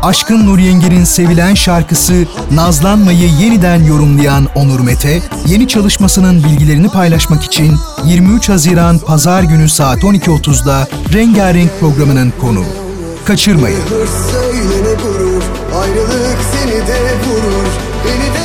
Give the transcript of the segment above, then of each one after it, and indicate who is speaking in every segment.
Speaker 1: Aşkın Nur Yengi'nin sevilen şarkısı Nazlanmayı yeniden yorumlayan Onur Mete, yeni çalışmasının bilgilerini paylaşmak için 23 Haziran Pazar günü saat 12.30'da Rengarenk programının konuğu. Kaçırmayın.
Speaker 2: Söylene gurur, ayrılık seni de vurur, beni de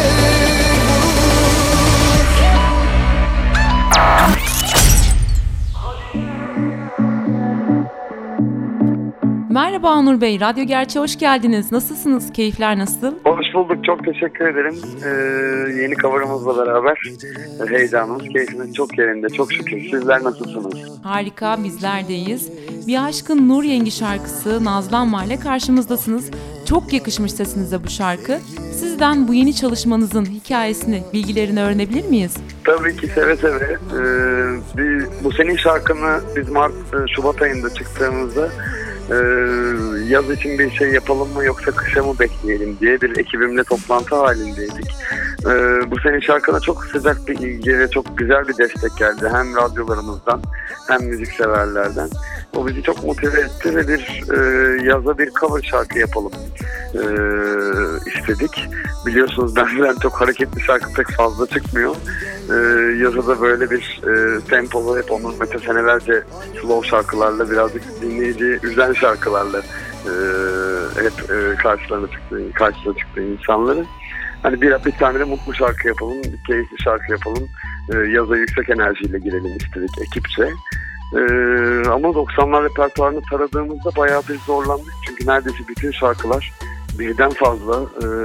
Speaker 3: Merhaba Onur Bey, Radyo Gerçeğe hoş geldiniz. Nasılsınız? Keyifler nasıl?
Speaker 4: Hoş bulduk, çok teşekkür ederim. Yeni cover'ımızla beraber heyecanımız, keyfimiz çok yerinde, çok şükür. Sizler nasılsınız?
Speaker 3: Harika, bizlerdeyiz. Bir Aşkın Nur Yengi şarkısı Nazlanma ile karşımızdasınız. Çok yakışmış sesinize bu şarkı. Sizden bu yeni çalışmanızın hikayesini, bilgilerini öğrenebilir miyiz?
Speaker 4: Tabii ki seve seve. Bu senin şarkını biz Şubat ayında çıktığımızda yaz için bir şey yapalım mı yoksa kışa mı bekleyelim diye bir ekibimle toplantı halindeydik. Bu senin şarkına çok sıcak bir ilgi ve çok güzel bir destek geldi. Hem radyolarımızdan hem müzikseverlerden. O bizi çok motive etti ve yaza bir cover şarkı yapalım istedik. Biliyorsunuz benden çok hareketli şarkı pek fazla çıkmıyor. Yaza da böyle bir tempolu, hep Onur Mete senelerce slow şarkılarla, birazcık dinleyici üzen şarkılarla hep karşısına çıktı insanları. Hani bir tane de mutlu şarkı yapalım, bir keyifli şarkı yapalım, yaza yüksek enerjiyle girelim istedik ekipçe. Ama 90'lar repertuarını taradığımızda bayağı bir zorlandık. Çünkü neredeyse bütün şarkılar birden fazla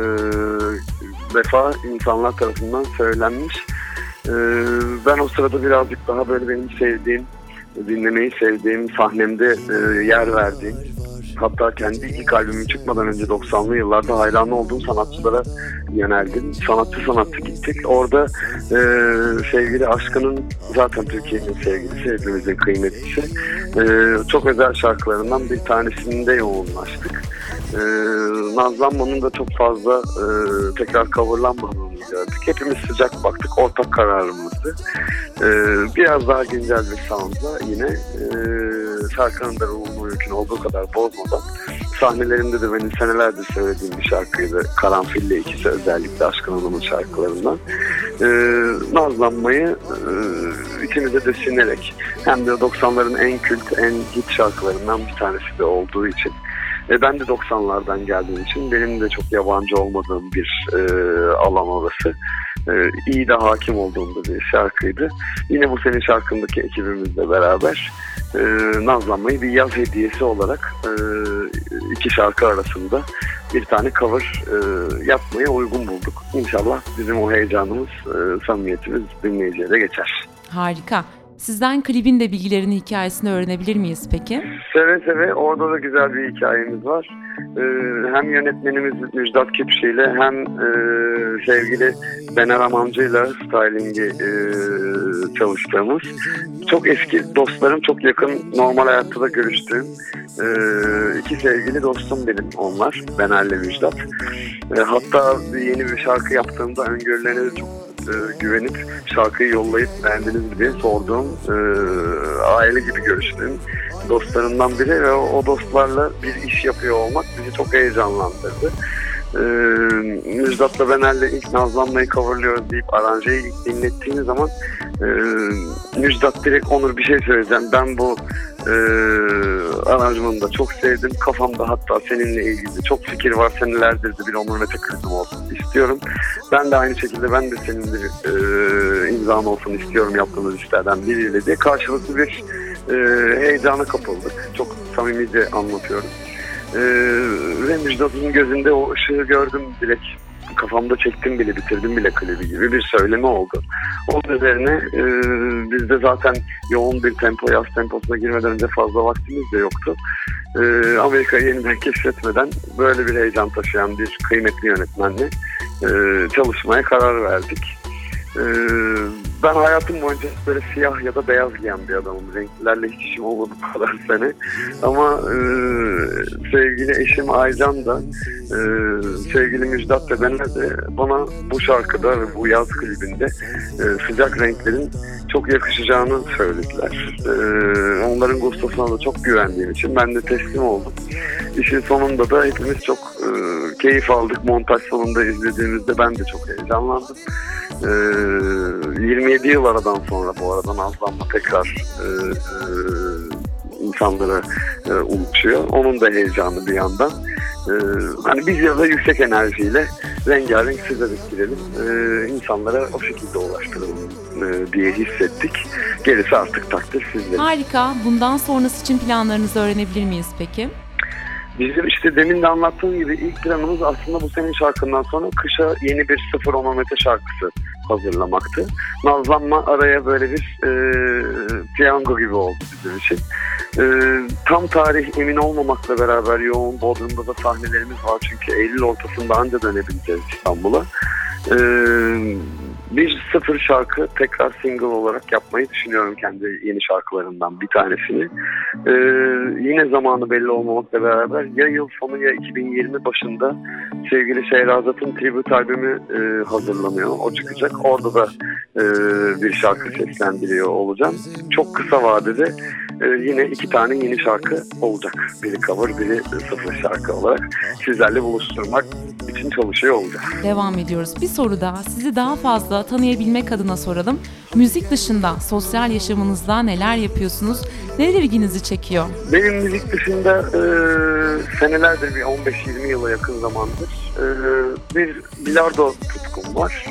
Speaker 4: defa insanlar tarafından söylenmiş. Ben o sırada birazcık daha böyle benim sevdiğim, dinlemeyi sevdiğim, sahnemde yer verdiğim, hatta kendi ilk albümüm çıkmadan önce 90'lı yıllarda hayran olduğum sanatçılara yöneldim. Sanatçı gittik. Orada sevgili Aşkın'ın, zaten Türkiye'nin sevgilisi, hepimizin kıymetlisi, çok özel şarkılarından bir tanesinde yoğunlaştık. Nazlanmanın da çok fazla tekrar coverlanmadığını gördük. Hepimiz sıcak baktık. Ortak kararımızdı. Biraz daha güncel bir soundla yine şarkının da ruhunu mümkün olduğu kadar bozmadan, sahnelerimde de benim senelerdir söylediğim bir şarkıydı. Karanfil'le ikisi, özellikle Aşkın Hanım'ın şarkılarından. Nazlanmayı içimize de sinerek, hem de 90'ların en kült, en hit şarkılarından bir tanesi de olduğu için, ben de 90'lardan geldiğim için benim de çok yabancı olmadığım bir alan orası. İyi de hakim olduğum bir şarkıydı. Yine bu senin şarkındaki ekibimizle beraber Nazlanmayı bir yaz hediyesi olarak iki şarkı arasında bir tane cover yapmaya uygun bulduk. İnşallah bizim o heyecanımız, samimiyetimiz dinleyiciye de geçer.
Speaker 3: Harika. Sizden klibin de bilgilerini, hikayesini öğrenebilir miyiz peki?
Speaker 4: Seve seve. Orada da güzel bir hikayemiz var. Hem yönetmenimiz Müjdat Kipşi ile hem sevgili Ben Aramamcı'yla stylingi çalıştığımız, çok eski dostlarım, çok yakın, normal hayatta da görüştüğüm iki sevgili dostum benim onlar. Bener'le Müjdat. Hatta yeni bir şarkı yaptığımda öngörülerine de çok güvenip şarkıyı yollayıp beğendiniz mi diye sorduğum, aile gibi görüştüğüm dostlarımdan biri ve o dostlarla bir iş yapıyor olmak bizi çok heyecanlandırdı. Müjdat'la Bener'le ilk Nazlanmayı coverlıyoruz deyip aranjeyi ilk dinlettiğimiz zaman Müjdat direkt, Onur bir şey söyleyeceğim, ben bu aranjmanı da çok sevdim, kafamda hatta seninle ilgili çok fikir var, senelerdir de bir Onur Mete klibim olsun istiyorum, ben de aynı şekilde ben de senin bir imzan olsun istiyorum yaptığımız işlerden biriyle diye karşılıklı bir heyecana kapıldık. Çok samimice anlatıyorum. Ve Müjdat'ın gözünde o ışığı gördüm, direkt kafamda çektim bile, bitirdim bile klibi gibi bir söylemi oldu. Onun üzerine bizde zaten yoğun bir tempo, yaz temposuna girmeden önce fazla vaktimiz de yoktu. Amerika'yı yeniden keşfetmeden böyle bir heyecan taşıyan bir kıymetli yönetmenle çalışmaya karar verdik. Ben hayatım boyunca böyle siyah ya da beyaz giyen bir adamım. Renklerle hiç işim olmadı bu kadar sene. Ama sevgili eşim Aycan da, sevgili Müjdat ve ben de bana bu şarkıda ve bu yaz klibinde sıcak renklerin çok yakışacağını söylediler. Onların gustosuna da çok güvendiğim için ben de teslim oldum. İşin sonunda da hepimiz çok keyif aldık. Montaj sonunda izlediğimizde ben de çok heyecanlandım. 27 yıl aradan sonra bu arada Nazlanma tekrar insanlara ulaşıyor. Onun da heyecanı bir yandan. Hani biz ya da yüksek enerjiyle rengarenk sizlerek girelim. İnsanlara o şekilde ulaştıralım diye hissettik. Gerisi artık takdir sizlerin.
Speaker 3: Harika. Bundan sonrası için planlarınızı öğrenebilir miyiz peki?
Speaker 4: Bizim işte demin de anlattığım gibi ilk planımız aslında bu senin şarkından sonra kışa yeni bir 0 onometre şarkısı hazırlamaktı. Nazlanma araya böyle bir piyango gibi oldu bizim için. Tam tarih emin olmamakla beraber yoğun Bodrum'da da sahnelerimiz var çünkü Eylül ortasında anca dönebileceğiz İstanbul'a. Bir 0 şarkı tekrar single olarak yapmayı düşünüyorum kendi yeni şarkılarımdan bir tanesini. Yine zamanı belli olmamakla beraber ya yıl sonu ya 2020 başında sevgili Şehrazat'ın tribute albümü hazırlanıyor. O çıkacak. Orada da bir şarkı seslendiriyor olacağım. Çok kısa vadede yine 2 tane yeni şarkı olacak. Biri cover, biri 0 şarkı olarak sizlerle buluşturmak için çalışıyor olacağız.
Speaker 3: Devam ediyoruz. Bir soru daha. Sizi daha fazla tanıyabilmek adına soralım. Müzik dışında sosyal yaşamınızda neler yapıyorsunuz? Neler ilginizi çekiyor?
Speaker 4: Benim müzik dışında senelerdir bir 15-20 yıla yakın zamandır bir bilardo tutkum var.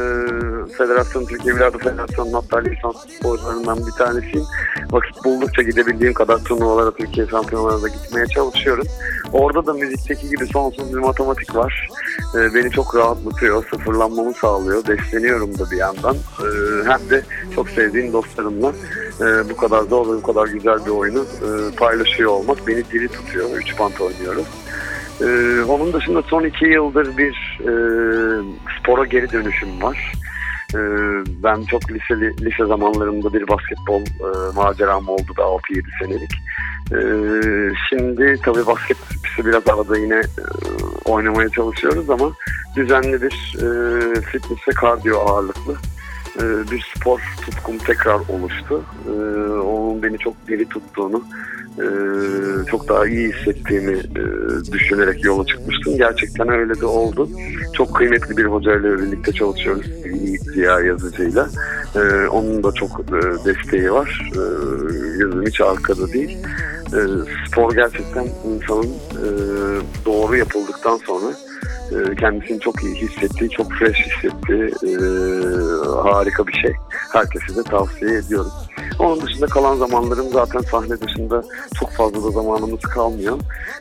Speaker 4: Türkiye Bilardo Federasyonu'nun hatta lisans sporcularından bir tanesiyim. Vakit buldukça gidebildiğim kadar turnuvalara, Türkiye şampiyonalarına gitmeye çalışıyorum. Orada da müzikteki gibi sonsuz bir matematik var. Beni çok rahatlatıyor, sıfırlanmamı sağlıyor. Besleniyorum da bir yandan. Hem de çok sevdiğim dostlarımla bu kadar zor ve bu kadar güzel bir oyunu paylaşıyor olmak beni diri tutuyor. 3 bant oynuyoruz. Onun dışında son 2 yıldır bir spora geri dönüşüm var. Ben çok lise zamanlarımda bir basketbol maceram oldu da 6-7 senelik. Şimdi tabii basketbol biraz arada yine oynamaya çalışıyoruz ama düzenli bir fitness ve kardiyo ağırlıklı bir spor tutkum tekrar oluştu. Onun beni çok diri tuttuğunu, çok daha iyi hissettiğimi düşünerek yola çıkmıştım. Gerçekten öyle de oldu. Çok kıymetli bir hocayla birlikte çalışıyoruz. Ziya Yazıcı'yla. Onun da çok desteği var. Gözüm hiç arkada değil. Spor gerçekten insanın doğru yapıldıktan sonra kendisini çok iyi hissettiği, çok fresh hissettiği harika bir şey. Herkese de tavsiye ediyorum. Onun dışında kalan zamanlarım zaten sahne dışında çok fazla da zamanımız kalmıyor.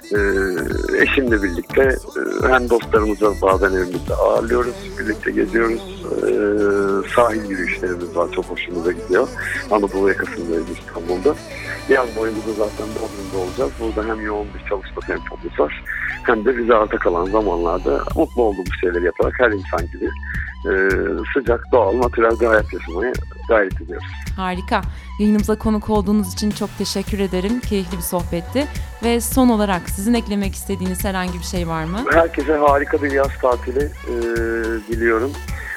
Speaker 4: Eşimle birlikte hem dostlarımızı bazen evimizde ağırlıyoruz, birlikte geziyoruz. Sahil yürüyüşlerimiz var, çok hoşumuza gidiyor. Anadolu yakasındayız İstanbul'da. Yaz boyunca da zaten Bodrum'da olacağız. Burada hem yoğun bir çalışma tempomuz var hem de bize arta kalan zamanlarda mutlu olduğumuz şeyleri yaparak her insan gibi sıcak, doğal, natürel bir hayat yaşamaya gayret ediyoruz.
Speaker 3: Harika. Yayınımıza konuk olduğunuz için çok teşekkür ederim. Keyifli bir sohbetti. Ve son olarak sizin eklemek istediğiniz herhangi bir şey var mı?
Speaker 4: Herkese harika bir yaz tatili diliyorum.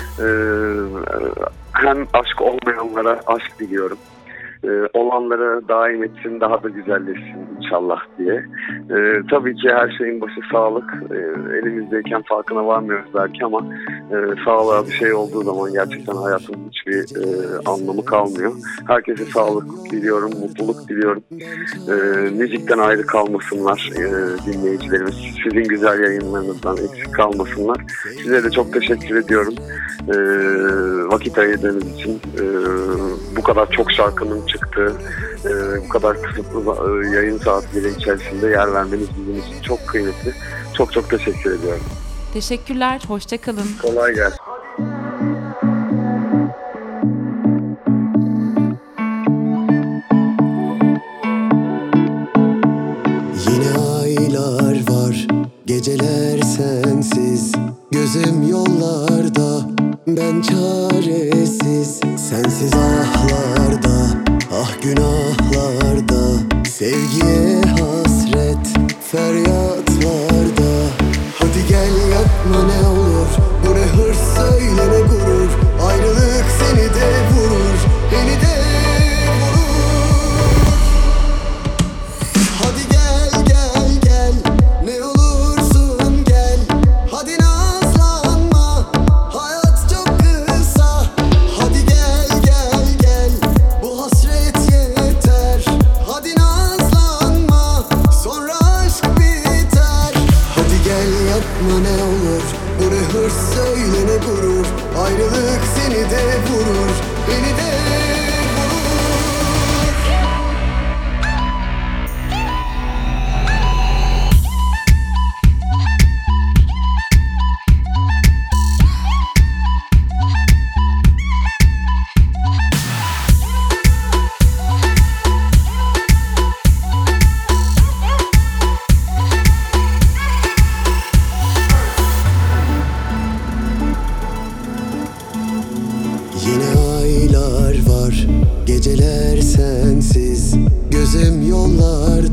Speaker 4: Hem aşk olmayanlara aşk diliyorum. Olanlara daim etsin, daha da güzelleşsin inşallah diye. Tabii ki her şeyin başı sağlık. Elimizdeyken farkına varmıyoruz belki ama sağlığa bir şey olduğu zaman gerçekten hayatın hiçbir anlamı kalmıyor. Herkese sağlık diliyorum, mutluluk diliyorum. Müzikten ayrı kalmasınlar dinleyicilerimiz. Sizin güzel yayınlarınızdan eksik kalmasınlar. Size de çok teşekkür ediyorum. Vakit ayırdığınız için bu kadar çok şarkının çıktığı, bu kadar kısıtlı yayın saatleri içerisinde yer vermeniz bizim için çok kıymetli. Çok çok teşekkür ediyorum.
Speaker 3: Teşekkürler, hoşça kalın.
Speaker 4: Kolay gelsin.
Speaker 2: Yine aylar var, geceler sensiz, gözüm yollarda, ben çaresiz. Sensiz ahlarda, ah günahlarda, sevgiye hasret, feryatlarda. Hadi gel yapma ne olur, bu ne hırs söyle ne gurur, ayrılık seni de vurur, beni de geceler sensiz, gözüm yollarda.